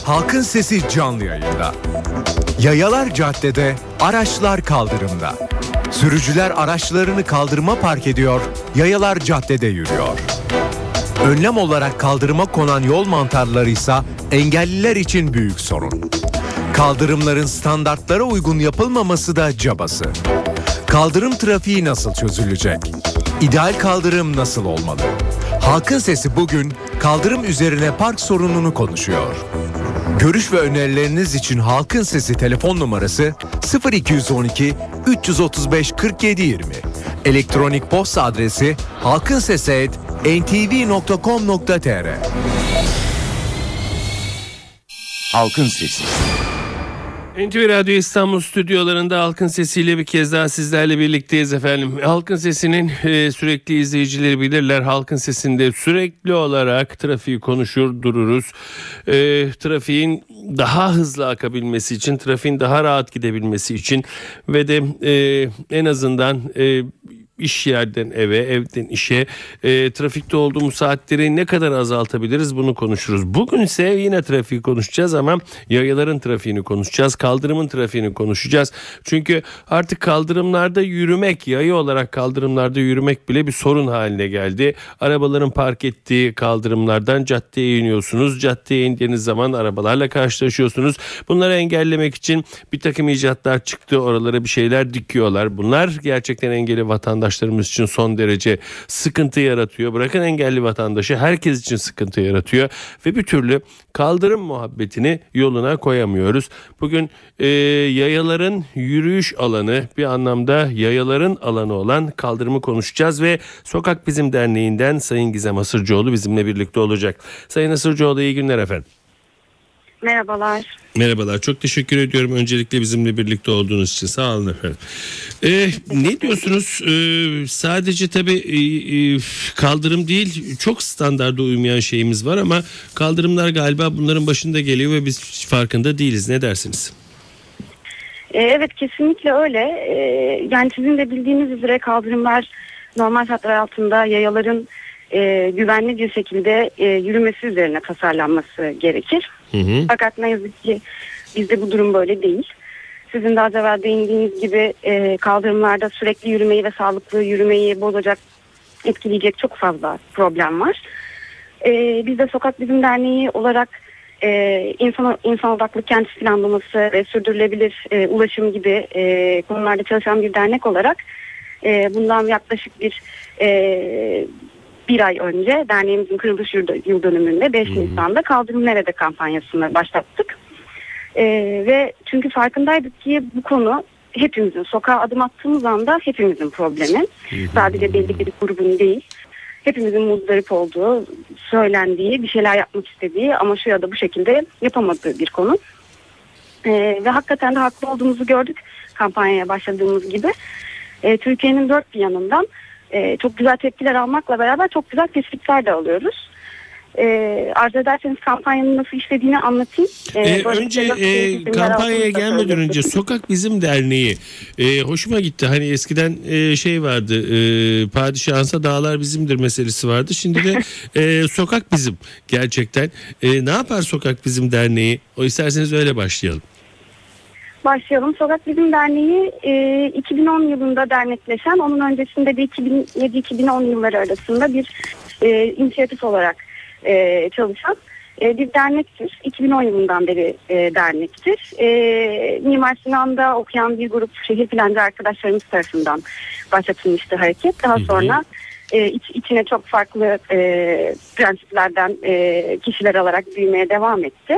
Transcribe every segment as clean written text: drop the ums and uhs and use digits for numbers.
Halkın Sesi canlı yayında. Yayalar caddede, araçlar kaldırımda. Sürücüler araçlarını kaldırıma park ediyor, yayalar caddede yürüyor. Önlem olarak kaldırıma konan yol mantarları ise engelliler için büyük sorun. Kaldırımların standartlara uygun yapılmaması da cabası. Kaldırım trafiği nasıl çözülecek? İdeal kaldırım nasıl olmalı? Halkın Sesi bugün kaldırım üzerine park sorununu konuşuyor. Görüş ve önerileriniz için Halkın Sesi telefon numarası 0212 335 47 20. Elektronik posta adresi halkinsesi@ntv.com.tr. Halkın Sesi. NTV Radyo İstanbul stüdyolarında Halkın Sesi'yle bir kez daha sizlerle birlikteyiz efendim. Halkın Sesi'nin sürekli izleyicileri bilirler. Halkın Sesi'nde sürekli olarak trafiği konuşur dururuz. Trafiğin daha hızlı akabilmesi için, trafiğin daha rahat gidebilmesi için ve de en azından İş yerden eve, evden işe, trafikte olduğumuz saatleri ne kadar azaltabiliriz bunu konuşuruz. Bugün ise yine trafiği konuşacağız ama yayaların trafiğini konuşacağız, kaldırımın trafiğini konuşacağız. Çünkü artık kaldırımlarda yürümek, yaya olarak kaldırımlarda yürümek bile bir sorun haline geldi. Arabaların park ettiği kaldırımlardan caddeye iniyorsunuz. Caddeye indiğiniz zaman arabalarla karşılaşıyorsunuz. Bunları engellemek için bir takım icatlar çıktı. Oralara bir şeyler dikiyorlar. Bunlar gerçekten engelli vatandaşlarımız için son derece sıkıntı yaratıyor. Bırakın engelli vatandaşı, herkes için sıkıntı yaratıyor ve bir türlü kaldırım muhabbetini yoluna koyamıyoruz. Bugün yayaların yürüyüş alanı, bir anlamda yayaların alanı olan kaldırımı konuşacağız ve Sokak Bizim Derneği'nden Sayın Gizem Asırcıoğlu bizimle birlikte olacak. Sayın Asırcıoğlu, iyi günler efendim. Merhabalar. Merhabalar. Çok teşekkür ediyorum öncelikle bizimle birlikte olduğunuz için. Sağ olun efendim. Ne diyorsunuz? Sadece tabii kaldırım değil, çok standarda uymayan şeyimiz var ama kaldırımlar galiba bunların başında geliyor ve biz farkında değiliz. Ne dersiniz? Evet, kesinlikle öyle. Yani sizin de bildiğiniz üzere kaldırımlar normal şartlar altında yayaların güvenli bir şekilde yürümesi üzerine tasarlanması gerekir. Fakat ne yazık ki bizde bu durum böyle değil. Sizin de az evvel değindiğiniz gibi kaldırımlarda sürekli yürümeyi ve sağlıklı yürümeyi bozacak, etkileyecek çok fazla problem var. Biz de Sokak Bizim Derneği olarak insan odaklı kent planlaması ve sürdürülebilir ulaşım gibi konularda çalışan bir dernek olarak bundan yaklaşık bir ay önce derneğimizin kuruluş yıl dönümünde 5 Nisan'da Kaldırım Nerede kampanyasını başlattık. Ve çünkü farkındaydık ki bu konu hepimizin, sokağa adım attığımız anda hepimizin problemi. Sadece belli bir grubun değil. Hepimizin muzdarip olduğu, söylendiği, bir şeyler yapmak istediği ama şu ya da bu şekilde yapamadığı bir konu. Ve hakikaten de haklı olduğumuzu gördük kampanyaya başladığımız gibi. Türkiye'nin dört bir yanından çok güzel tepkiler almakla beraber çok güzel tespitler de alıyoruz. Arzu ederseniz kampanyanın nasıl işlediğini anlatayım. Önce kampanyaya gelmeden önce Sokak Bizim Derneği hoşuma gitti. Hani eskiden şey vardı, padişahınsa dağlar bizimdir meselesi vardı. Şimdi de Sokak Bizim gerçekten. Ne yapar Sokak Bizim Derneği? O isterseniz öyle başlayalım. Başlayalım. Sokak Bizim Derneği 2010 yılında dernekleşen, onun öncesinde de 2007-2010 yılları arasında bir inisiyatif olarak çalışan bir dernektir. 2010 yılından beri dernektir. Mimar Sinan'da okuyan bir grup şehir plancı arkadaşlarımız tarafından başlatılmıştı hareket. Daha sonra içine çok farklı prensiplerden kişiler alarak büyümeye devam etti.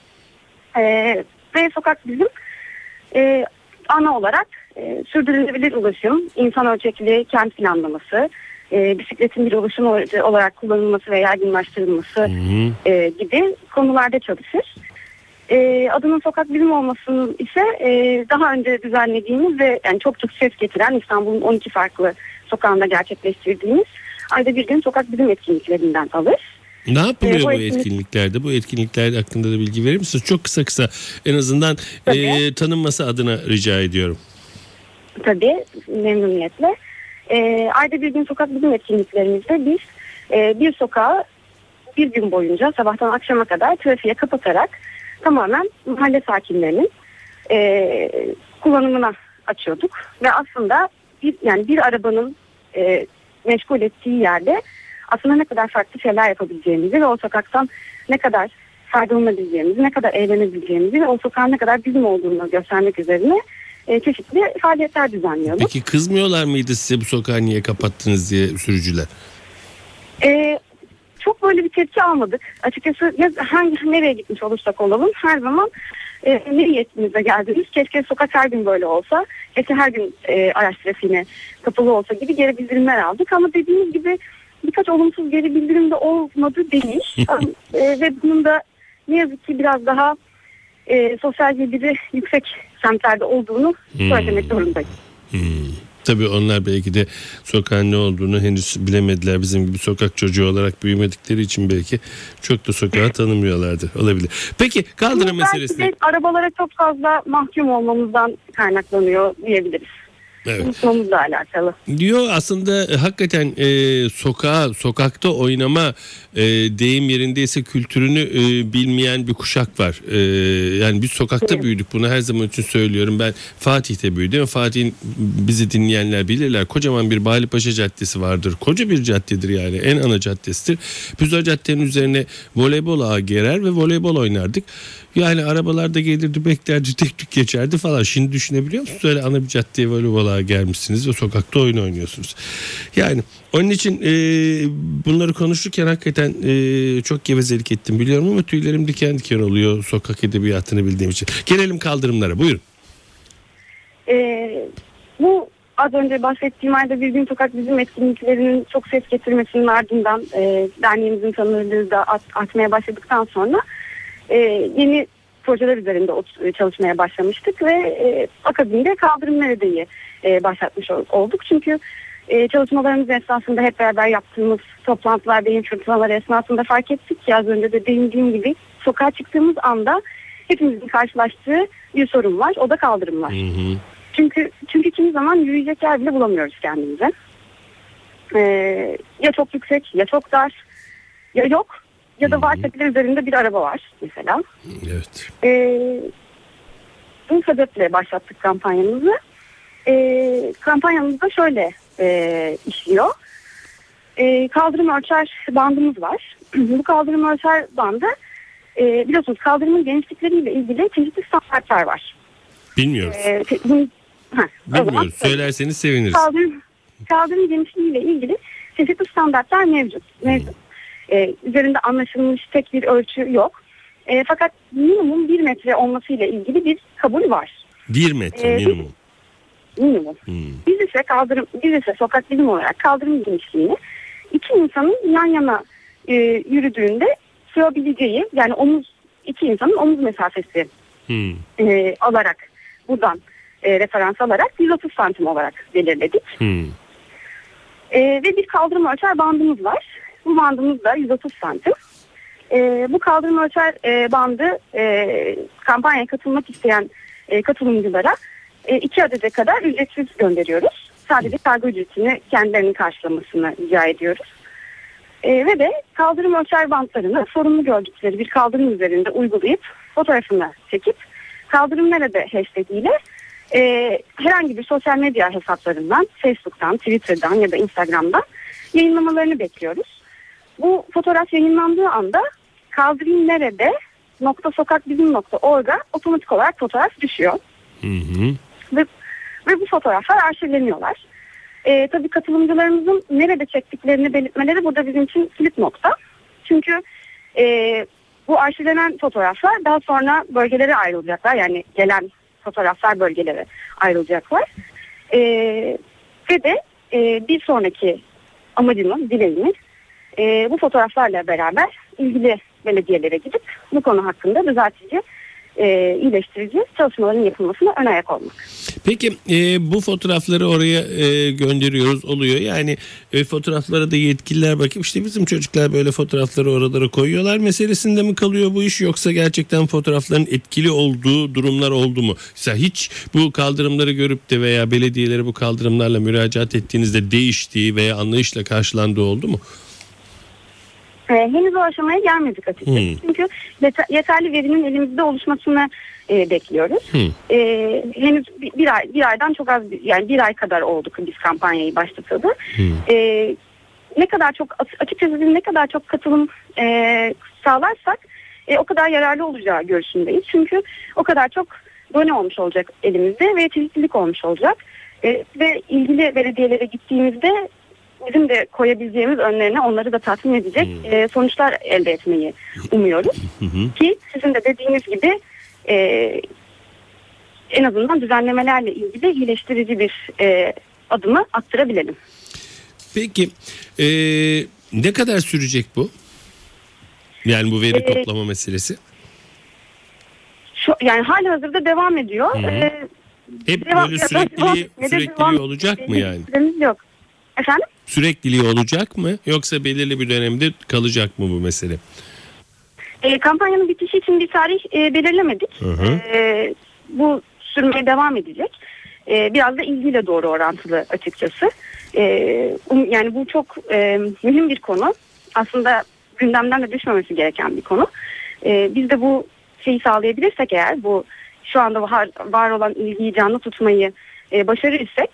Ve Sokak Bizim ana olarak sürdürülebilir ulaşım, insan ölçekli kent planlaması, bisikletin bir ulaşım olarak kullanılması ve yaygınlaştırılması gibi konularda çalışır. Adının Sokak Bizim olmasının ise daha önce düzenlediğimiz ve yani çok ses getiren İstanbul'un 12 farklı sokağında gerçekleştirdiğimiz ayda bir gün Sokak Bizim etkinliklerinden alır. Ne yapılıyor bu etkinliklerde? Bu etkinlikler hakkında da bilgi verir misiniz? Çok kısa en azından tanınması adına rica ediyorum. Tabii, memnuniyetle. Ayda bir gün Sokak Bizim etkinliklerimizde biz bir sokağı bir gün boyunca sabahtan akşama kadar trafiğe kapatarak tamamen mahalle sakinlerinin kullanımına açıyorduk. Ve aslında bir arabanın meşgul ettiği yerde aslında ne kadar farklı şeyler yapabileceğimizi ve o sokaktan ne kadar faydalanabileceğimizi, ne kadar eğlenebileceğimizi ve o sokağın ne kadar bizim olduğunu göstermek üzerine çeşitli faaliyetler düzenliyorduk. Peki kızmıyorlar mıydı size bu sokağı niye kapattınız diye sürücüler? Çok böyle bir tepki almadık. Açıkçası nereye gitmiş olursak olalım her zaman ne niyetimize geldiniz? Keşke sokak her gün böyle olsa. Keşke her gün araç trafiğine kapalı olsa gibi geri bildirimler aldık. Ama dediğimiz gibi birkaç olumsuz geri bildirim de olmadı değil. Ve bunun da ne yazık ki biraz daha sosyal geliri yüksek semtlerde olduğunu söylemek zorundayım. Tabii onlar belki de sokağın ne olduğunu henüz bilemediler. Bizim gibi sokak çocuğu olarak büyümedikleri için belki çok da sokağı tanımıyorlardı. Olabilir. Peki kaldırım meselesi. Belki de arabalara çok fazla mahkum olmamızdan kaynaklanıyor diyebiliriz. Evet. Unutmamızla alakalı. Diyor aslında hakikaten sokakta oynama deyim yerindeyse kültürünü bilmeyen bir kuşak var. Yani biz sokakta büyüdük, bunu her zaman için söylüyorum. Ben Fatih'te büyüdüm. Fatih'in bizi dinleyenler bilirler. Kocaman bir Balipaşa Caddesi vardır. Koca bir caddedir yani, en ana caddesidir. Biz o caddenin üzerine voleybol ağı gerer ve voleybol oynardık. Yani arabalarda gelirdi, beklerdi, tek tük geçerdi falan. Şimdi düşünebiliyor musunuz? Öyle ana bir caddeye voleybol ağı gelmişsiniz ve sokakta oyun oynuyorsunuz. Yani onun için bunları konuşurken hakikaten çok gevezelik ettim biliyorum ama tüylerim diken diken oluyor sokak edebiyatını bildiğim için. Gelelim kaldırımlara, buyurun. Bu az önce bahsettiğim Ayda Bir Gün Sokak bizim etkinliklerinin çok ses getirmesinin ardından derneğimizin tanınırlığı da artmaya başladıktan sonra yeni projeler üzerinde çalışmaya başlamıştık ve akabinde Kaldırım Nerede'yi başlatmış olduk. Çünkü çalışmalarımız esnasında hep beraber yaptığımız toplantılar, beyin fırtınaları esnasında fark ettik ki az önce de değindiğim gibi sokağa çıktığımız anda hepimizin karşılaştığı bir sorun var. O da kaldırımlar. Hı hı. Çünkü kimi zaman yürüyecek yer bile bulamıyoruz kendimize. Ya çok yüksek, ya çok dar, ya yok. Ya da varsa bile üzerinde bir araba var mesela. Evet. Bu sebeple başlattık kampanyamızı. Kampanyamız da şöyle işliyor. Kaldırım ölçer bandımız var. Bu kaldırım ölçer bandı biliyorsunuz kaldırımın genişlikleriyle ilgili çeşitli standartlar var. Bilmiyoruz. Bilmiyoruz. Söylerseniz seviniriz. Kaldırım genişliğiyle ilgili çeşitli standartlar mevcut. Üzerinde anlaşılmış tek bir ölçü yok. Fakat minimum 1 metre olmasıyla ilgili bir kabul var. 1 metre minimum. Minimum. Biz ise sokak bilim olarak kaldırım genişliğini iki insanın yan yana yürüdüğünde sığabileceği, yani iki insanın omuz mesafesi alarak, buradan referans alarak 130 santim olarak belirledik. Ve bir kaldırım ölçer bandımız var. Bu bandımız da 130 santim. Bu kaldırım ölçer bandı kampanyaya katılmak isteyen katılımcılara 2 adete kadar ücretsiz gönderiyoruz. Sadece kargo ücretini kendilerinin karşılamasını rica ediyoruz. Ve de kaldırım ölçer bantlarını sorumlu gördükleri bir kaldırım üzerinde uygulayıp fotoğrafını çekip Kaldırım Nerede hashtag ile herhangi bir sosyal medya hesaplarından, Facebook'tan, Twitter'dan ya da Instagram'dan yayınlamalarını bekliyoruz. Bu fotoğraf yayınlandığı anda kaldırımnerede.sokakbizim.org'a otomatik olarak fotoğraf düşüyor. Ve bu fotoğraflar arşivleniyorlar. Tabii katılımcılarımızın nerede çektiklerini belirtmeleri burada bizim için kilit nokta. Çünkü bu arşivlenen fotoğraflar daha sonra bölgelere ayrılacaklar. Yani gelen fotoğraflar bölgelere ayrılacaklar. Ve de bir sonraki amacımız, dileğimiz bu fotoğraflarla beraber ilgili belediyelere gidip bu konu hakkında düzeltici, iyileştirici çalışmaların yapılmasına ön ayak olmak. Peki bu fotoğrafları oraya gönderiyoruz, oluyor. Yani fotoğraflara da yetkililer bakıp işte bizim çocuklar böyle fotoğrafları oralara koyuyorlar meselesinde mi kalıyor bu iş, yoksa gerçekten fotoğrafların etkili olduğu durumlar oldu mu? Mesela hiç bu kaldırımları görüp de veya belediyelere bu kaldırımlarla müracaat ettiğinizde değiştiği veya anlayışla karşılandığı oldu mu? Henüz o aşamaya gelmedik açıkçası. Çünkü yeterli verinin elimizde oluşmasını bekliyoruz. Henüz bir aydan çok az, yani bir ay kadar oldu biz kampanyayı başlatalı. Ne kadar çok, açıkçası biz ne kadar çok katılım sağlarsak o kadar yararlı olacağı görüşündeyiz. Çünkü o kadar çok done olmuş olacak elimizde ve çeşitlilik olmuş olacak. Ve ilgili belediyelere gittiğimizde bizim de koyabileceğimiz önlerine onları da tatmin edecek sonuçlar elde etmeyi umuyoruz. Ki sizin de dediğiniz gibi en azından düzenlemelerle ilgili iyileştirici bir adımı attırabilelim. Peki ne kadar sürecek bu? Yani bu veri toplama meselesi. Yani halihazırda devam ediyor. Hep böyle sürekliliği olacak mı yani? Yok. Efendim? Sürekliliği olacak mı? Yoksa belirli bir dönemde kalacak mı bu mesele? Kampanyanın bitişi için bir tarih belirlemedik. Bu sürmeye devam edecek. Biraz da ilgiyle doğru orantılı açıkçası. Yani bu çok mühim bir konu. Aslında gündemden de düşmemesi gereken bir konu. Biz de bu şeyi sağlayabilirsek eğer, bu şu anda var olan ilgiyi canlı tutmayı başarırsak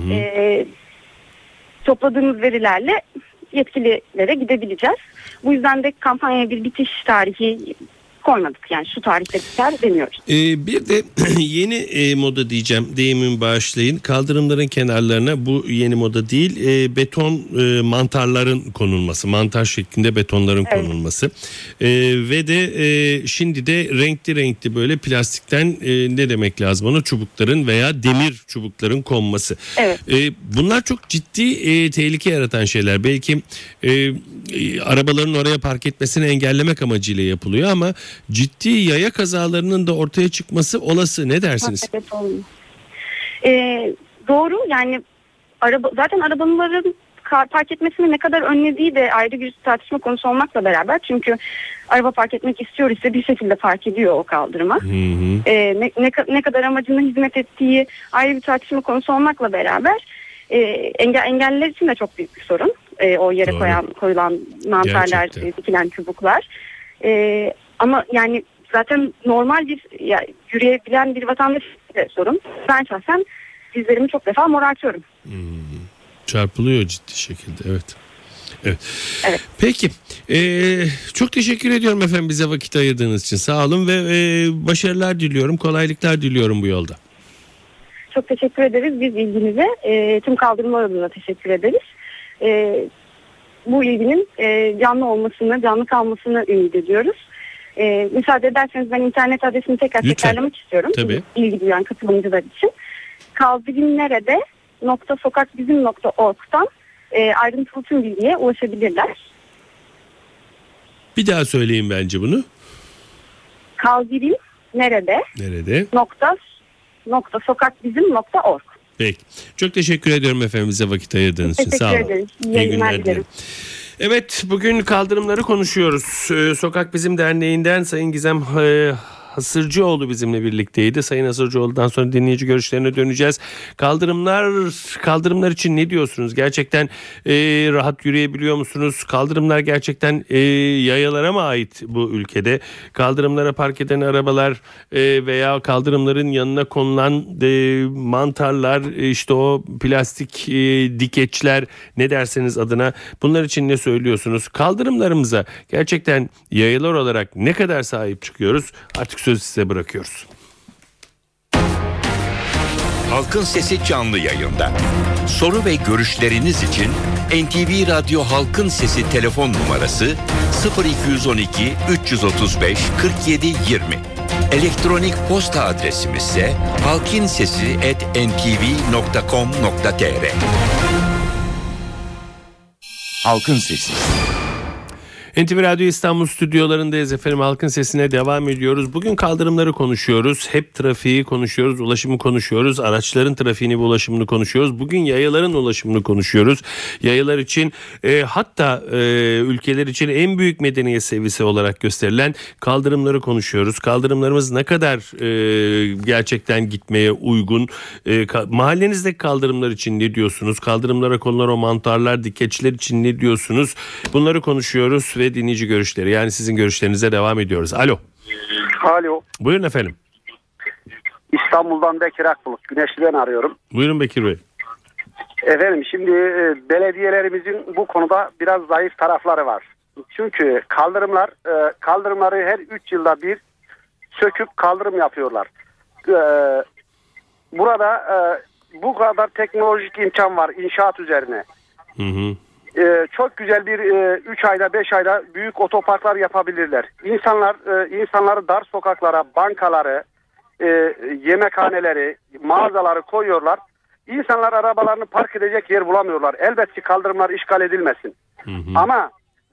topladığımız verilerle yetkililere gidebileceğiz. Bu yüzden de kampanyaya bir bitiş tarihi koymadık. Yani şu tarihte biter demiyoruz. Bir de yeni moda diyeceğim, deyimimi bağışlayın. Kaldırımların kenarlarına, bu yeni moda değil, beton mantarların konulması. Mantar şeklinde betonların konulması. Ve de şimdi de renkli böyle plastikten ne demek lazım ona? Çubukların veya demir çubukların konması. Evet. Bunlar çok ciddi tehlike yaratan şeyler. Belki arabaların oraya park etmesini engellemek amacıyla yapılıyor ama ciddi yaya kazalarının da ortaya çıkması olası. Ne dersiniz? Evet, doğru. Yani zaten arabaların park etmesini ne kadar önlediği de ayrı bir tartışma konusu olmakla beraber, çünkü araba park etmek istiyor ise bir şekilde park ediyor o kaldırıma. Ne kadar amacına hizmet ettiği ayrı bir tartışma konusu olmakla beraber engelliler için de çok büyük bir sorun. O yere koyulan mantarlar, dikilen çubuklar. Ama yani zaten normal bir yürüyebilen bir vatandaş de sorun. Ben şahsen dizlerimi çok defa morartıyorum. Çarpılıyor ciddi şekilde, evet. Peki, çok teşekkür ediyorum efendim bize vakit ayırdığınız için. Sağ olun ve başarılar diliyorum, kolaylıklar diliyorum bu yolda. Çok teşekkür ederiz biz ilginize. Tüm kaldırımlar adına teşekkür ederiz. Bu ilginin canlı kalmasını ümit ediyoruz. Müsaade ederseniz ben internet adresini tekrar tekrarlamak istiyorum. Tabii. İlgi duyan katılımcılar için. kaldırımnerede.sokakbizim.org'dan ayrıntılı tüm bilgiye ulaşabilirler. Bir daha söyleyin bence bunu. Kaldırımnerede. .sokakbizim.org. Peki. Çok teşekkür ediyorum efendim bize vakit ayırdığınız için. Sağ olun. Teşekkür ederim. İyi günler dilerim. Evet, bugün kaldırımları konuşuyoruz. Sokak Bizim Derneği'nden Sayın Gizem Hasırcıoğlu bizimle birlikteydi. Sayın Hasırcıoğlu'dan sonra dinleyici görüşlerine döneceğiz. Kaldırımlar için ne diyorsunuz? Gerçekten rahat yürüyebiliyor musunuz? Kaldırımlar gerçekten yayalara mı ait bu ülkede? Kaldırımlara park eden arabalar veya kaldırımların yanına konulan mantarlar, işte o plastik dikeçler, ne derseniz adına, bunlar için ne söylüyorsunuz? Kaldırımlarımıza gerçekten yayalar olarak ne kadar sahip çıkıyoruz? Artık sözü size bırakıyoruz. Halkın Sesi canlı yayında. Soru ve görüşleriniz için NTV Radyo Halkın Sesi telefon numarası 0212 335 47 20. Elektronik posta adresimiz ise halkinsesi@ntv.com.tr. Halkın Sesi. NTV Radyo İstanbul stüdyolarındayız efendim. Halkın Sesi'ne devam ediyoruz. Bugün kaldırımları konuşuyoruz. Hep trafiği konuşuyoruz, ulaşımı konuşuyoruz. Araçların trafiğini ve ulaşımını konuşuyoruz. Bugün yayaların ulaşımını konuşuyoruz. Yayalar için hatta ülkeler için en büyük medeniyet seviyesi olarak gösterilen kaldırımları konuşuyoruz. Kaldırımlarımız ne kadar gerçekten gitmeye uygun? Mahallenizdeki kaldırımlar için ne diyorsunuz? Kaldırımlara konulan o mantarlar, dikeçler için ne diyorsunuz? Bunları konuşuyoruz ve ve dinleyici görüşleri, yani sizin görüşlerinize devam ediyoruz. Alo. Alo. Buyurun efendim. İstanbul'dan Bekir Akbulut. Güneşli'den arıyorum. Buyurun Bekir Bey. Efendim şimdi belediyelerimizin bu konuda biraz zayıf tarafları var. Çünkü kaldırımları her 3 yılda bir söküp kaldırım yapıyorlar. Burada bu kadar teknolojik imkan var inşaat üzerine. Hı hı. Çok güzel bir 3 ayda 5 ayda büyük otoparklar yapabilirler. İnsanları dar sokaklara, bankaları, yemekhaneleri, mağazaları koyuyorlar. İnsanlar arabalarını park edecek yer bulamıyorlar. Elbette ki kaldırımlar işgal edilmesin. Hı hı. Ama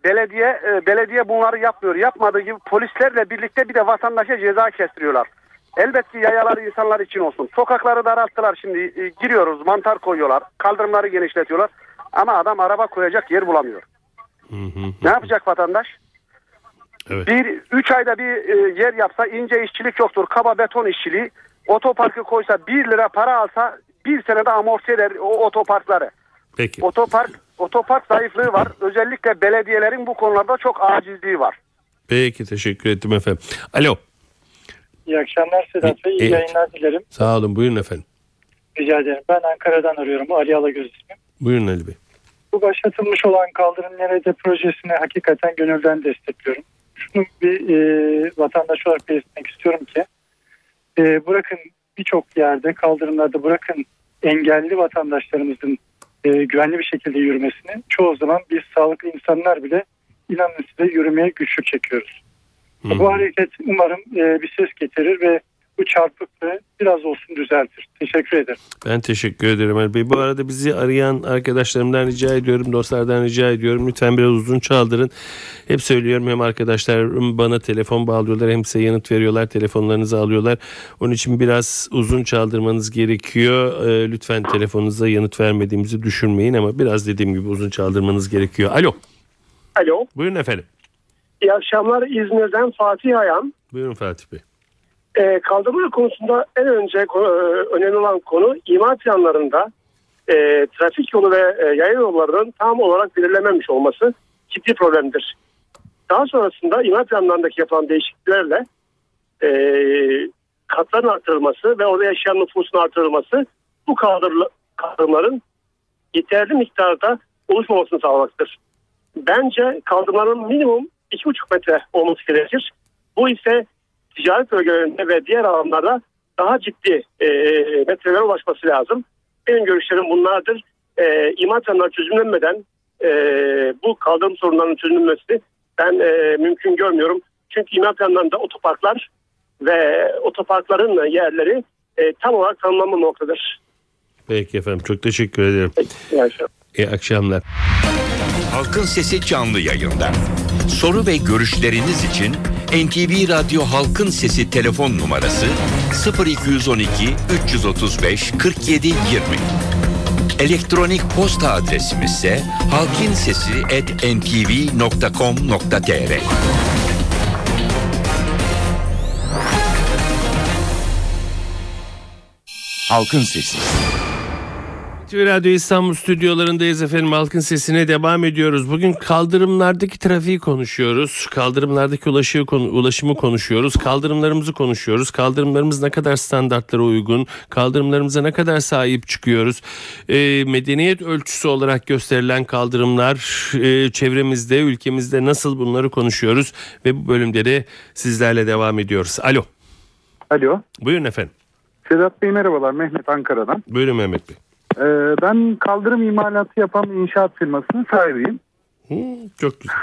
belediye bunları yapmıyor. Yapmadığı gibi polislerle birlikte bir de vatandaşa ceza kestiriyorlar. Elbette ki yayalar insanlar için olsun. Sokakları daralttılar şimdi. Giriyoruz, mantar koyuyorlar. Kaldırımları genişletiyorlar. Ama adam araba koyacak yer bulamıyor. Hı hı. Ne yapacak vatandaş? Evet. 3 ayda bir yer yapsa, ince işçilik yoktur. Kaba beton işçiliği. Otoparkı koysa 1 lira para alsa 1 senede amorti eder o otoparkları. Peki. Otopark zayıflığı var. Özellikle belediyelerin bu konularda çok acizliği var. Peki, teşekkür ettim efendim. Alo. İyi akşamlar Sedat Bey. İyi yayınlar dilerim. Sağ olun, buyurun efendim. Rica ederim. Ben Ankara'dan arıyorum. Ali Alagöz ismim. Buyurun Ali Bey. Bu başlatılmış olan Kaldırım Nerede projesini hakikaten gönülden destekliyorum. Şunu bir vatandaş olarak belirtmek istiyorum ki bırakın birçok yerde kaldırımlarda bırakın engelli vatandaşlarımızın güvenli bir şekilde yürümesini, çoğu zaman biz sağlıklı insanlar bile inanın size yürümeye güçlük çekiyoruz. Hı. Bu hareket umarım bir ses getirir ve bu çarpıklığı biraz olsun düzeltir. Teşekkür ederim. Ben teşekkür ederim Ali Bey. Bu arada bizi arayan arkadaşlarımdan rica ediyorum, dostlardan rica ediyorum. Lütfen biraz uzun çaldırın. Hep söylüyorum, hem arkadaşlarım bana telefon bağlıyorlar hem size yanıt veriyorlar. Telefonlarınızı alıyorlar. Onun için biraz uzun çaldırmanız gerekiyor. Lütfen telefonunuza yanıt vermediğimizi düşünmeyin ama biraz dediğim gibi uzun çaldırmanız gerekiyor. Alo. Alo. Buyurun efendim. İyi akşamlar, İzmir'den Fatih Ayan. Buyurun Fatih Bey. Kaldırımlar konusunda en önce önemli olan konu imar planlarında trafik yolu ve yaya yollarının tam olarak belirlenmemiş olması ciddi problemdir. Daha sonrasında imar planlarındaki yapılan değişikliklerle katların artırılması ve orada yaşayan nüfusun artırılması bu kaldırımların yeterli miktarda oluşmamasını sağlamaktır. Bence kaldırımların minimum 2,5 metre olması gerekir. Bu ise ticaret bölgelerinde ve diğer alanlarda daha ciddi metrelere ulaşması lazım. Benim görüşlerim bunlardır. İmar planları çözümlenmeden bu kaldırım sorunlarının çözülmesi ben mümkün görmüyorum. Çünkü imar planlarında otoparklar ve otoparkların yerleri tam olarak tanımlanmamaktadır. Peki efendim, çok teşekkür ederim. İyi akşamlar. Halkın Sesi canlı yayında. Soru ve görüşleriniz için NTV Radyo Halkın Sesi telefon numarası 0212 335 47 20. Elektronik posta adresimiz ise halkinsesi@ntv.com.tr. Halkın Sesi. NTV Radyo İstanbul stüdyolarındayız efendim. Halkın Sesi'ne devam ediyoruz. Bugün kaldırımlardaki trafiği konuşuyoruz. Kaldırımlardaki ulaşımı konuşuyoruz. Kaldırımlarımızı konuşuyoruz. Kaldırımlarımız ne kadar standartlara uygun? Kaldırımlarımıza ne kadar sahip çıkıyoruz? Medeniyet ölçüsü olarak gösterilen kaldırımlar çevremizde, ülkemizde nasıl, bunları konuşuyoruz. Ve bu bölümde de sizlerle devam ediyoruz. Alo. Alo. Buyurun efendim. Sedat Bey merhabalar. Mehmet Ankara'dan. Buyurun Mehmet Bey. Ben kaldırım imalatı yapan inşaat firmasının sahibiyim. Çok güzel.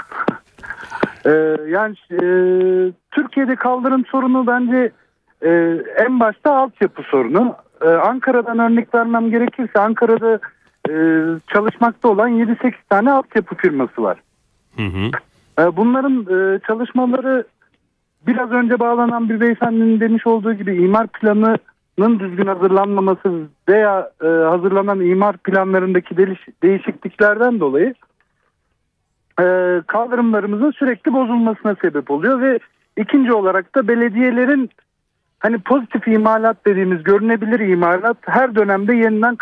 Türkiye'de kaldırım sorunu bence en başta altyapı sorunu. Ankara'dan örnek vermem gerekirse Ankara'da çalışmakta olan 7-8 tane altyapı firması var. Hı hı. Bunların çalışmaları biraz önce bağlanan bir beyefendinin demiş olduğu gibi imar planının düzgün hazırlanmaması veya hazırlanan imar planlarındaki değişikliklerden dolayı kaldırımlarımızın sürekli bozulmasına sebep oluyor ve ikinci olarak da belediyelerin hani pozitif imalat dediğimiz görünebilir imalat her dönemde yeniden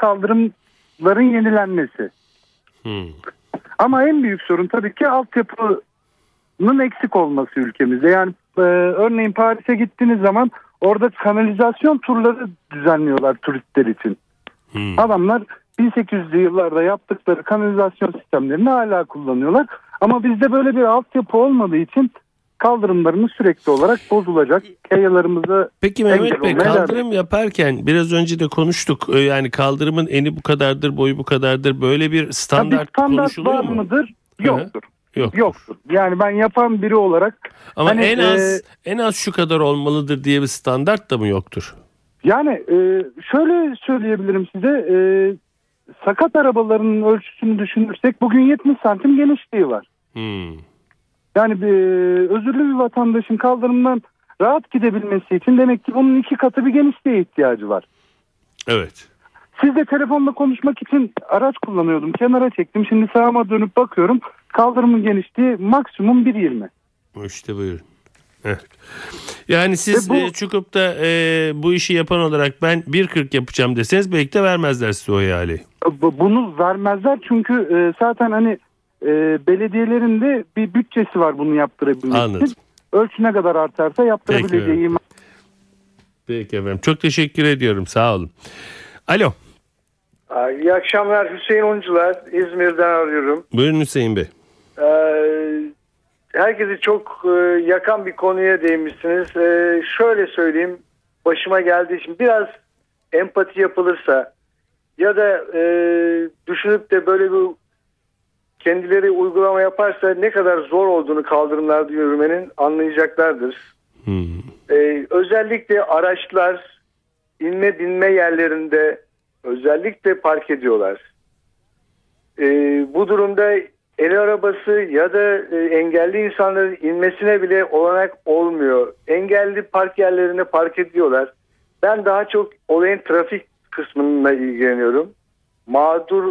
kaldırımların yenilenmesi. Ama en büyük sorun tabii ki altyapı eksik olması ülkemizde. Yani örneğin Paris'e gittiğiniz zaman orada kanalizasyon turları düzenliyorlar turistler için. Adamlar 1800'lü yıllarda yaptıkları kanalizasyon sistemlerini hala kullanıyorlar. Ama bizde böyle bir altyapı olmadığı için kaldırımlarımız sürekli olarak bozulacak. Yayalarımıza Peki Mehmet Bey, kaldırım yaparken biraz önce de konuştuk. Yani kaldırımın eni bu kadardır, boyu bu kadardır. Böyle bir standart konuşuluyor var mu? mıdır? Yoktur. Yoktur. Yani ben yapan biri olarak ama hani, en az şu kadar olmalıdır diye bir standart da mı yoktur? Yani şöyle söyleyebilirim size. Sakat arabaların ölçüsünü düşünürsek bugün 70 santim genişliği var. Yani özürlü bir vatandaşın kaldırımdan rahat gidebilmesi için demek ki bunun 2 katı bir genişliğe ihtiyacı var. Evet. Sizle telefonla konuşmak için araç kullanıyordum. Kenara çektim. Şimdi sağıma dönüp bakıyorum. Kaldırımın genişliği maksimum 1.20. İşte buyurun. Evet. Yani siz çıkıp da bu işi yapan olarak ben 1.40 yapacağım deseniz belki de vermezler size o ihaleyi. Bunu vermezler çünkü zaten hani belediyelerin de bir bütçesi var bunu yaptırabilmek için. Ölçü ne kadar artarsa yaptırabileceği. Peki efendim. Çok teşekkür ediyorum. Sağ olun. Alo. İyi akşamlar, Hüseyin Uncular. İzmir'den arıyorum. Buyurun Hüseyin Bey. Herkesi çok yakan bir konuya değinmişsiniz. Şöyle söyleyeyim, başıma geldiği için biraz empati yapılırsa ya da düşünüp de böyle bir kendileri uygulama yaparsa ne kadar zor olduğunu kaldırımlarda yürümenin anlayacaklardır. Özellikle araçlar inme binme yerlerinde özellikle park ediyorlar. Bu durumda el arabası ya da engelli insanların inmesine bile olanak olmuyor. Engelli park yerlerine park ediyorlar. Ben daha çok olayın trafik kısmına ilgileniyorum. Mağdur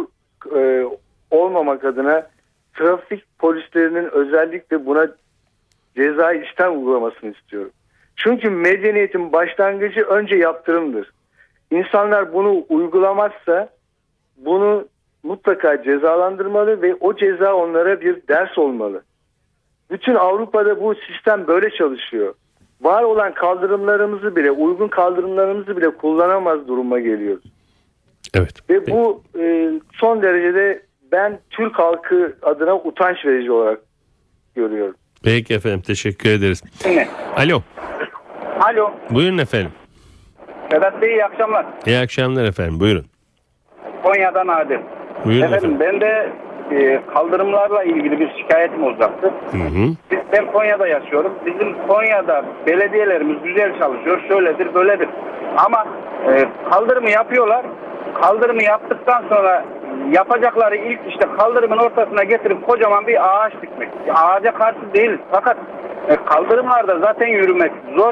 olmamak adına trafik polislerinin özellikle buna ceza işlem uygulamasını istiyorum. Çünkü medeniyetin başlangıcı önce yaptırımdır. İnsanlar bunu uygulamazsa bunu mutlaka cezalandırmalı ve o ceza onlara bir ders olmalı. Bütün Avrupa'da bu sistem böyle çalışıyor. Var olan kaldırımlarımızı bile, uygun kaldırımlarımızı bile kullanamaz duruma geliyoruz. Evet. Ve bu son derecede ben Türk halkı adına utanç verici olarak görüyorum. Peki efendim, teşekkür ederiz. Alo. Alo. Buyurun efendim. Vedat Bey, iyi akşamlar. İyi akşamlar efendim, buyurun. Konya'dan Adem. Buyurun efendim. Ben de kaldırımlarla ilgili bir şikayetim olacaktı. Ben Konya'da yaşıyorum. Bizim Konya'da belediyelerimiz güzel çalışıyor. Şöyledir, böyledir. Ama kaldırımı yapıyorlar. Kaldırımı yaptıktan sonra yapacakları ilk işte kaldırımın ortasına getirip kocaman bir ağaç dikmek. Ağaca karşı değil. Fakat kaldırımlarda zaten yürümek zor.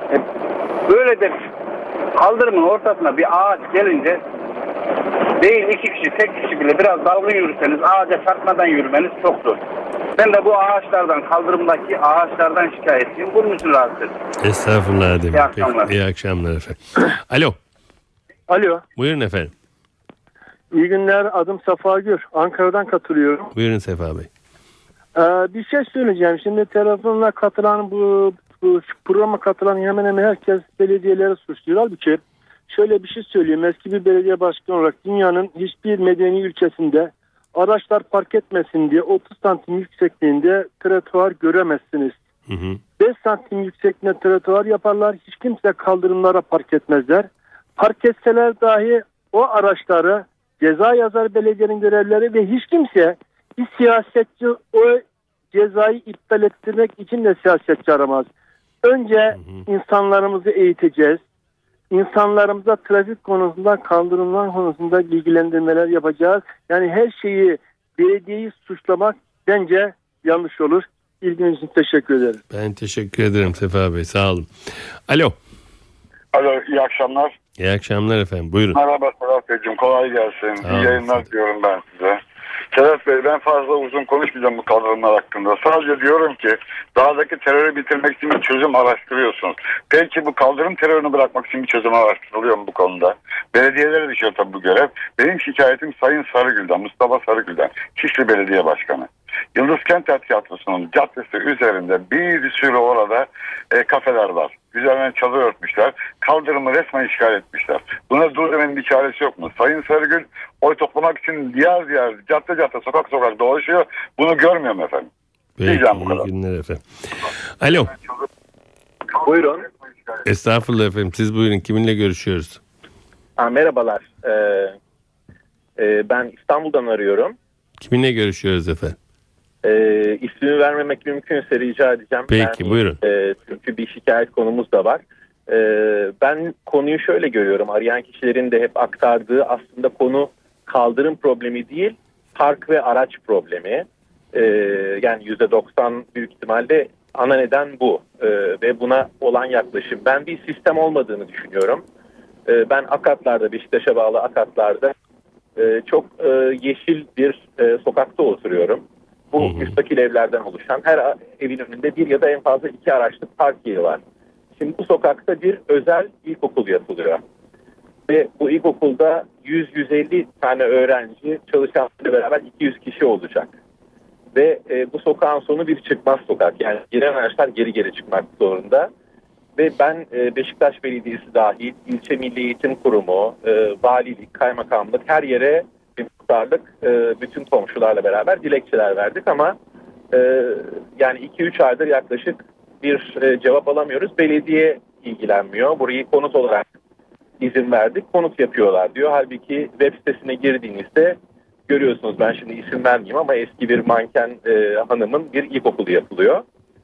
Böyledir. Kaldırımın ortasına bir ağaç gelince değil 2 kişi, tek kişi bile biraz dalgın yürürseniz ağaca çarpmadan yürümeniz çok zor. Ben de bu ağaçlardan, kaldırımdaki ağaçlardan şikayetçiyim. Bunun için rahatsız ederim. Estağfurullah Adem. İyi akşamlar. İyi akşamlar efendim. Alo. Alo. Buyurun efendim. İyi günler. Adım Safa Gür. Ankara'dan katılıyorum. Buyurun Sefa Bey. Bir şey söyleyeceğim. Şimdi telefonla katılan bu programa katılan hemen hemen herkes belediyeleri suçluyor. Halbuki şöyle bir şey söyleyeyim. Eski bir belediye başkanı olarak dünyanın hiçbir medeni ülkesinde araçlar park etmesin diye 30 santim yüksekliğinde trotuar göremezsiniz. 5 santim yüksekliğinde trotuar yaparlar. Hiç kimse kaldırımlara park etmezler. Park etseler dahi o araçları ceza yazar belediyenin görevlileri ve hiç kimse bir siyasetçi o cezayı iptal ettirmek için de siyasetçi aramaz. Önce insanlarımızı eğiteceğiz. İnsanlarımıza trafik konusunda, kaldırımlar konusunda bilgilendirmeler yapacağız. Yani her şeyi, belediyeyi suçlamak bence yanlış olur. İlginiz için teşekkür ederim. Ben teşekkür ederim Sefa Bey, sağ olun. Alo. Alo, iyi akşamlar. İyi akşamlar efendim, buyurun. Merhaba Sedat Beyciğim, kolay gelsin. Tamam, İyi yayınlar diyorum ben size. Sedat Bey, ben fazla uzun konuşmayacağım bu kaldırımlar hakkında. Sadece diyorum ki dağdaki terörü bitirmek için bir çözüm araştırıyorsunuz. Peki bu kaldırım terörünü bırakmak için bir çözüm araştırılıyor mu bu konuda? Belediyelere düşüyor tabii bu görev. Benim şikayetim Sayın Sarıgül'den, Mustafa Sarıgül'den, Şişli Belediye Başkanı. Yıldız Kent Tiyatrosu'nun caddesi üzerinde bir sürü orada kafeler var. Üzerine çalı örtmüşler. Kaldırımı resmen işgal etmişler. Buna dur demenin bir çaresi yok mu? Sayın Sarıgül oy toplamak için diğer cadde sokak dolaşıyor. Bunu görmüyorum efendim. Peki, iyi günler efendim. Alo. Buyurun. Estağfurullah efendim. Siz buyurun. Kiminle görüşüyoruz? Merhabalar. Ben İstanbul'dan arıyorum. Kiminle görüşüyoruz efendim? İsmini vermemek mümkünse rica edeceğim. Peki, buyurun. Çünkü bir şikayet konumuz da var. Ben konuyu şöyle görüyorum. Arayan kişilerin de hep aktardığı aslında konu kaldırım problemi değil, park ve araç problemi. Yani %90 büyük ihtimalle ana neden bu. Ve buna olan yaklaşım. Ben bir sistem olmadığını düşünüyorum. Ben Akatlar'da, Beşiktaş'a bağlı Akatlar'da çok yeşil bir sokakta oturuyorum. Bu müstakil evlerden oluşan, her evin önünde bir ya da en fazla 2 araçlık park yeri var. Şimdi bu sokakta bir özel ilkokul yapılıyor. Ve bu ilkokulda 100-150 tane öğrenci çalışanlarla beraber 200 kişi olacak. Ve bu sokağın sonu bir çıkmaz sokak. Yani giren araçlar geri çıkmak zorunda. Ve ben Beşiktaş Belediyesi dahil, İlçe Milli Eğitim Kurumu, valilik, kaymakamlık her yere bir muhtarlık, bütün komşularla beraber dilekçeler verdik ama yani 2-3 aydır yaklaşık bir cevap alamıyoruz. Belediye ilgilenmiyor. Burayı konut olarak izin verdik. Konut yapıyorlar diyor. Halbuki web sitesine girdiğinizde görüyorsunuz, ben şimdi isim vermeyeyim ama eski bir manken hanımın bir ilkokulu yapılıyor.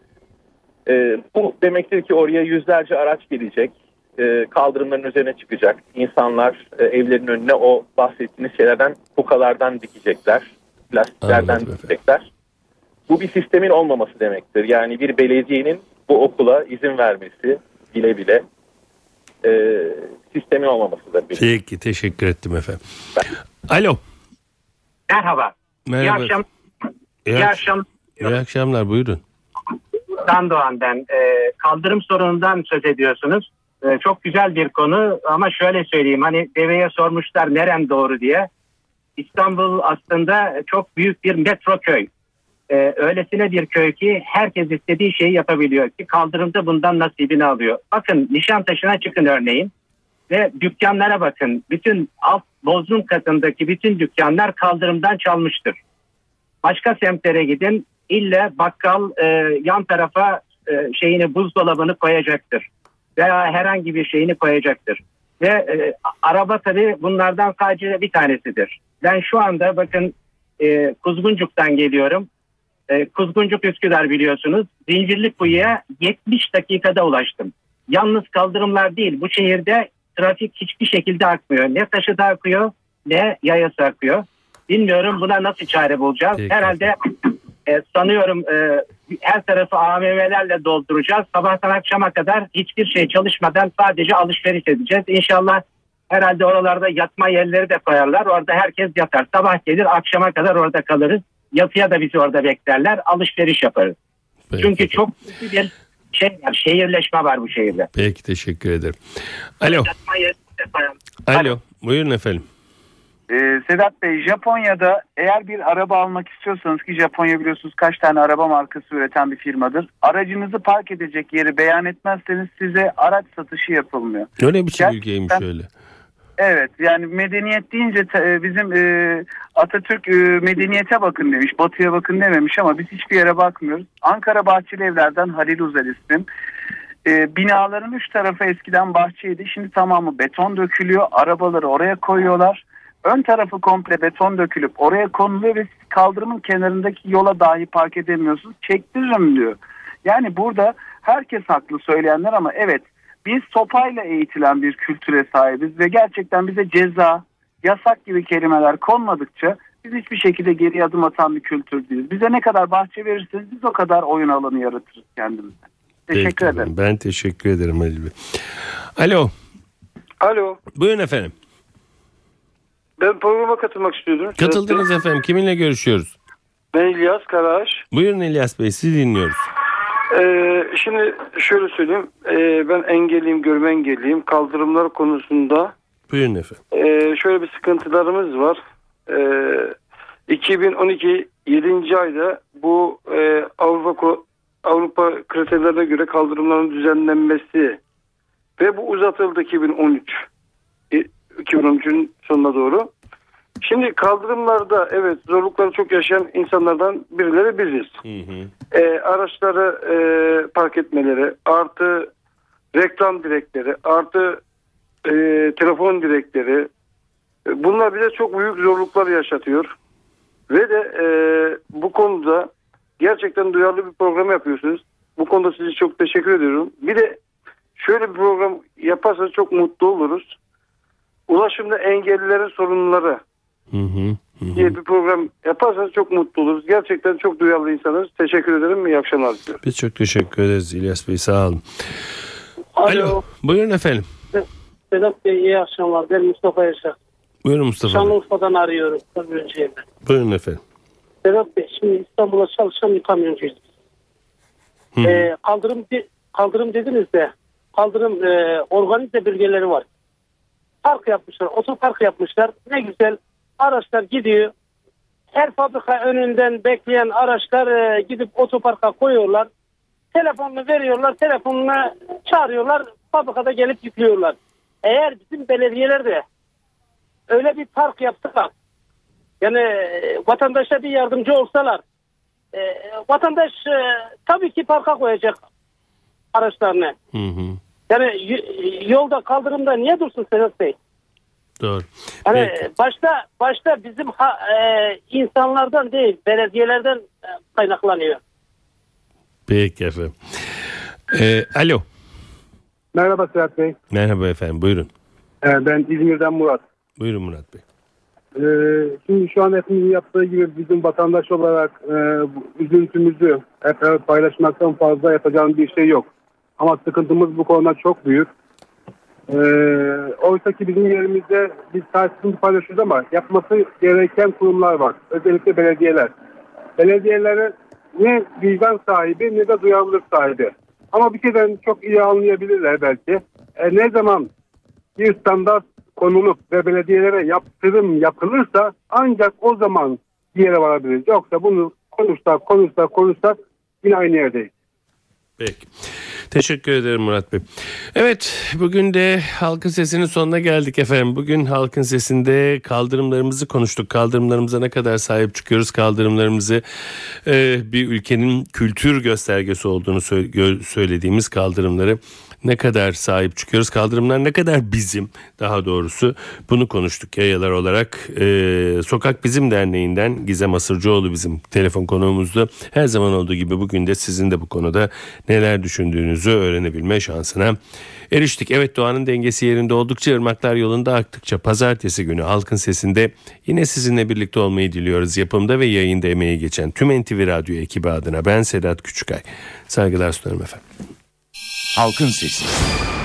Bu demektir ki oraya yüzlerce araç gelecek. Kaldırımların üzerine çıkacak. İnsanlar evlerin önüne o bahsettiğiniz şeylerden, pukalardan dikecekler. Plastiklerden dikecekler. Bu bir sistemin olmaması demektir. Yani bir belediyenin bu okula izin vermesi bile sistemin olmamasıdır. Peki, teşekkür ettim efendim. Alo. Merhaba. Merhaba. İyi akşamlar. İyi akşamlar, buyurun. Doğan ben. Kaldırım sorunundan söz ediyorsunuz. Çok güzel bir konu ama şöyle söyleyeyim. Hani deveye sormuşlar nerem doğru diye. İstanbul aslında çok büyük bir metro köy. Öylesine bir köy ki herkes istediği şeyi yapabiliyor ki kaldırımda bundan nasibini alıyor. Bakın Nişantaşı'na çıkın örneğin ve dükkanlara bakın. Bütün alt Bodrum katındaki bütün dükkanlar kaldırımdan çalmıştır. Başka semtlere gidin, illa bakkal yan tarafa buzdolabını koyacaktır veya herhangi bir şeyini koyacaktır. Ve araba tabii bunlardan sadece bir tanesidir. Ben şu anda bakın Kuzguncuk'tan geliyorum. Kuzguncuk Üsküdar biliyorsunuz. Zincirlikuyu'ya 70 dakikada ulaştım. Yalnız kaldırımlar değil, bu şehirde trafik hiçbir şekilde akmıyor. Ne taşı da akıyor ne yayası akıyor. Bilmiyorum buna nasıl çare bulacağız. Peki. Herhalde sanıyorum her tarafı AVM'lerle dolduracağız. Sabahtan akşama kadar hiçbir şey çalışmadan sadece alışveriş edeceğiz. İnşallah herhalde oralarda yatma yerleri de koyarlar. Orada herkes yatar. Sabah gelir, akşama kadar orada kalırız. Yatıya da bizi orada beklerler. Alışveriş yaparız. Peki. Çünkü çok büyük bir şey var. Şehirleşme var bu şehirde. Peki, teşekkür ederim. Alo. Alo. Buyurun efendim. Sedat Bey, Japonya'da eğer bir araba almak istiyorsanız, ki Japonya biliyorsunuz kaç tane araba markası üreten bir firmadır. Aracınızı park edecek yeri beyan etmezseniz size araç satışı yapılmıyor. Öyle biçim ülkeymiş öyle. Evet, yani medeniyet deyince bizim Atatürk medeniyete bakın demiş, batıya bakın dememiş ama biz hiçbir yere bakmıyoruz. Ankara Bahçeli Evler'den Halil Uzel ismim. Binaların 3 tarafı eskiden bahçeydi, şimdi tamamı beton dökülüyor, arabaları oraya koyuyorlar. Ön tarafı komple beton dökülüp oraya konuluyor ve siz kaldırımın kenarındaki yola dahi park edemiyorsunuz. Çektiririm diyor. Yani burada herkes haklı söyleyenler ama evet, biz sopayla eğitilen bir kültüre sahibiz ve gerçekten bize ceza, yasak gibi kelimeler konmadıkça biz hiçbir şekilde geri adım atan bir kültür değiliz. Bize ne kadar bahçe verirseniz biz o kadar oyun alanı yaratırız kendimize. Teşekkür ederim. Ben teşekkür ederim Halil Bey. Alo. Alo. Buyurun efendim. Ben programa katılmak istiyordum. Katıldınız efendim. Kiminle görüşüyoruz? Ben İlyas Karaağaç. Buyurun İlyas Bey, sizi dinliyoruz. Şimdi şöyle söyleyeyim. Ben engelliyim, görme engelliyim. Kaldırımlar konusunda buyurun efendim. Şöyle bir sıkıntılarımız var. 2012 7. ayda bu Avrupa kriterlerine göre kaldırımların düzenlenmesi ve bu uzatıldı 2013'ün sonuna doğru. Şimdi kaldırımlarda evet zorlukları çok yaşayan insanlardan birileri biziz. Araçları park etmeleri, artı reklam direkleri, artı telefon direkleri, bunlar bize çok büyük zorluklar yaşatıyor. Ve de bu konuda gerçekten duyarlı bir program yapıyorsunuz. Bu konuda size çok teşekkür ediyorum. Bir de şöyle bir program yaparsanız çok mutlu oluruz. Ulaşımda engellilerin sorunları diye bir program yaparsanız çok mutlu oluruz. Gerçekten çok duyarlı insanız. Teşekkür ederim. İyi akşamlar diliyorum. Biz çok teşekkür ederiz İlyas Bey, sağ olun. Alo. Buyurun efendim. Sedat Bey iyi akşamlar. Ben Mustafa Yaşar. Buyurun Mustafa. Şanlıurfa'dan arıyorum. Buyurun efendim. Sedat Bey, şimdi İstanbul'a çalışan bir kamyoncuyuz. Kaldırım dediniz de kaldırım organize bölgeleri var. Park yapmışlar, otopark yapmışlar. Ne güzel araçlar gidiyor. Her fabrika önünden bekleyen araçlar gidip otoparka koyuyorlar. Telefonunu veriyorlar, telefonunu çağırıyorlar. Fabrikada gelip yüklüyorlar. Eğer bizim belediyeler de öyle bir park yapsalar, yani vatandaşa bir yardımcı olsalar, vatandaş tabii ki parka koyacak araçlarını. Yani yolda, kaldırımda niye dursun Sedat Bey? Doğru. Yani başta bizim insanlardan değil, belediyelerden kaynaklanıyor. Peki efendim. Alo. Merhaba Sedat Bey. Merhaba efendim, buyurun. Ben İzmir'den Murat. Buyurun Murat Bey. Şimdi şu an hepimizin yaptığı gibi bizim vatandaş olarak üzüntümüzü hep paylaşmaktan fazla yapacağım bir şey yok. Ama sıkıntımız bu konuda çok büyük. Oysa ki bizim yerimizde biz sıkıntı paylaşıyoruz ama yapması gereken kurumlar var. Özellikle belediyeler. Belediyelere ne vicdan sahibi ne de duyarlılık sahibi. Ama bir şeyden çok iyi anlayabilirler belki. Ne zaman bir standart konulup ve belediyelere yaptırım yapılırsa ancak o zaman bir yere varabiliriz. Yoksa bunu konuşsak yine aynı yerdeyiz. Peki. Teşekkür ederim Murat Bey. Evet, bugün de Halkın Sesi'nin sonuna geldik efendim. Bugün Halkın Sesi'nde kaldırımlarımızı konuştuk. Kaldırımlarımıza ne kadar sahip çıkıyoruz? Kaldırımlarımızı bir ülkenin kültür göstergesi olduğunu söylediğimiz kaldırımları ne kadar sahip çıkıyoruz? Kaldırımlar ne kadar bizim, daha doğrusu bunu konuştuk yayalar olarak. Sokak Bizim Derneği'nden Gizem Asırcıoğlu bizim telefon konuğumuzdu. Her zaman olduğu gibi bugün de sizin de bu konuda neler düşündüğünüzü öğrenebilme şansına eriştik. Evet, doğanın dengesi yerinde oldukça, ırmaklar yolunda aktıkça pazartesi günü Halkın Sesi'nde yine sizinle birlikte olmayı diliyoruz. Yapımda ve yayında emeği geçen tüm NTV Radyo ekibi adına ben Sedat Küçükay. Saygılar sunarım efendim. Halkın Sesi.